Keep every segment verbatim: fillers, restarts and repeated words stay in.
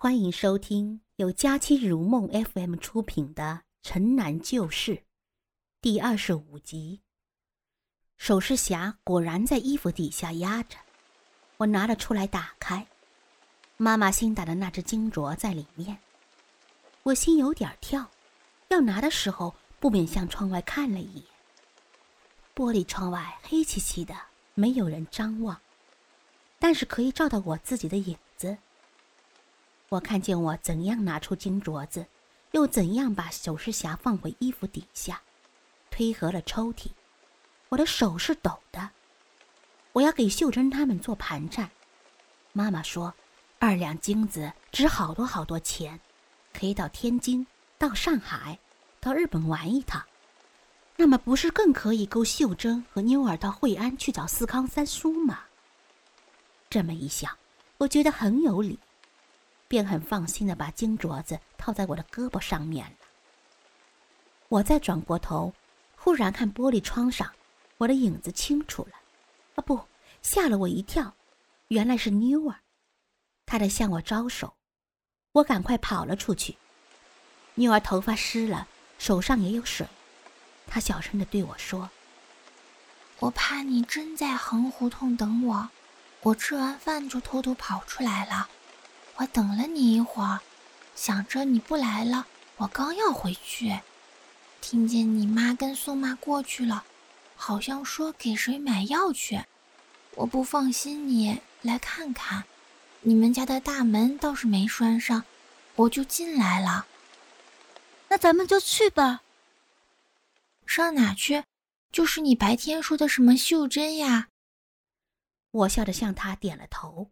欢迎收听由佳期如梦 F M 出品的《城南旧事》第二十五集。首饰匣果然在衣服底下压着，我拿了出来打开，妈妈新打的那只金镯在里面。我心有点跳，要拿的时候不免向窗外看了一眼。玻璃窗外黑漆漆的，没有人张望，但是可以照到我自己的影子。我看见我怎样拿出金镯子，又怎样把首饰匣放回衣服底下，推合了抽屉。我的手是抖的。我要给秀珍他们做盘缠。妈妈说，二两金子值好多好多钱，可以到天津、到上海、到日本玩一趟。那么不是更可以勾秀珍和妞儿到惠安去找四康三叔吗？这么一想，我觉得很有理，便很放心地把金镯子套在我的胳膊上面了。我再转过头，忽然看玻璃窗上，我的影子清楚了。啊不，吓了我一跳，原来是妞儿，她在向我招手。我赶快跑了出去。妞儿头发湿了，手上也有水，她小声地对我说： 我怕你真在横胡同等我，我吃完饭就偷偷跑出来了。我等了你一会儿，想着你不来了，我刚要回去，听见你妈跟宋妈过去了，好像说给谁买药去。我不放心你，来看看。你们家的大门倒是没拴上，我就进来了。 那咱们就去吧。 上哪去？就是你白天说的什么秀珍呀？ 我笑着向他点了头。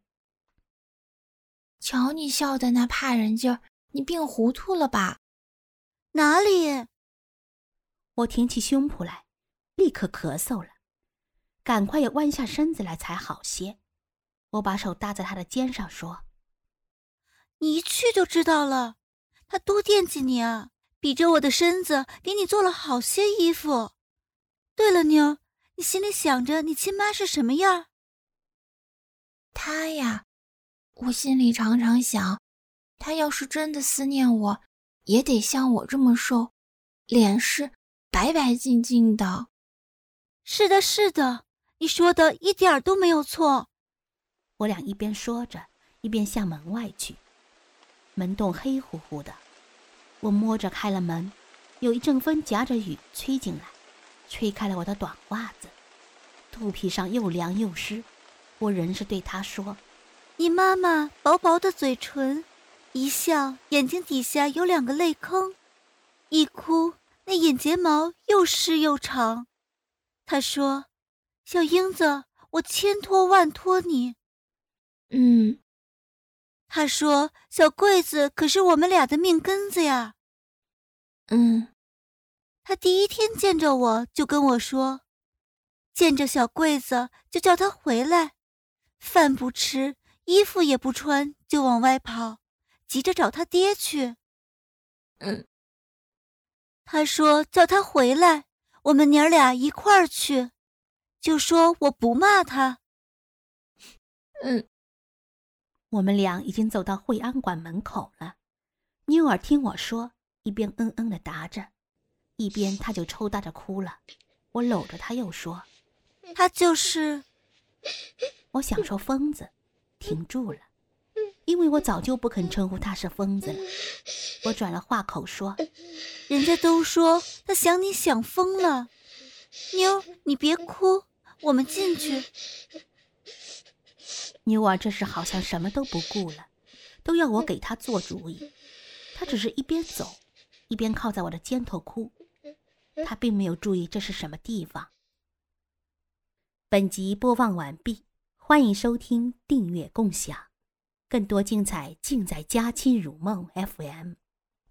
瞧你笑的那怕人劲儿，你病糊涂了吧？ 哪里？ 我挺起胸脯来，立刻咳嗽了，赶快也弯下身子来才好些。我把手搭在他的肩上说： 你一去就知道了，他多惦记你啊，比着我的身子给你做了好些衣服。对了妞，你心里想着你亲妈是什么样？ 她呀，我心里常常想，她要是真的思念我，也得像我这么瘦，脸是白白净净的。 是的是的，你说的一点儿都没有错。 我俩一边说着，一边向门外去。门洞黑乎乎的，我摸着开了门，有一阵风夹着雨吹进来，吹开了我的短袜子，肚皮上又凉又湿。我仍是对他说： 你妈妈薄薄的嘴唇，一笑眼睛底下有两个泪坑，一哭那眼睫毛又湿又长。她说：小英子，我千托万托你。 嗯。 她说小桂子可是我们俩的命根子呀。 嗯。 她第一天见着我就跟我说，见着小桂子就叫她回来，饭不吃，衣服也不穿，就往外跑，急着找他爹去。 嗯。 他说叫他回来，我们娘俩一块儿去，就说我不骂他。 嗯。 我们俩已经走到惠安馆门口了。妞儿听我说，一边嗯嗯地答着，一边她就抽搭着哭了。我搂着她又说： 他就是…… 我想说疯子，停住了，因为我早就不肯称呼他是疯子了。我转了话口说： 人家都说他想你想疯了。妞，你别哭，我们进去。 妞儿这时好像什么都不顾了，都要我给她做主意。她只是一边走一边靠在我的肩头哭，她并没有注意这是什么地方。本集播放完毕，欢迎收听、订阅、共享，更多精彩尽在佳期如梦 F M。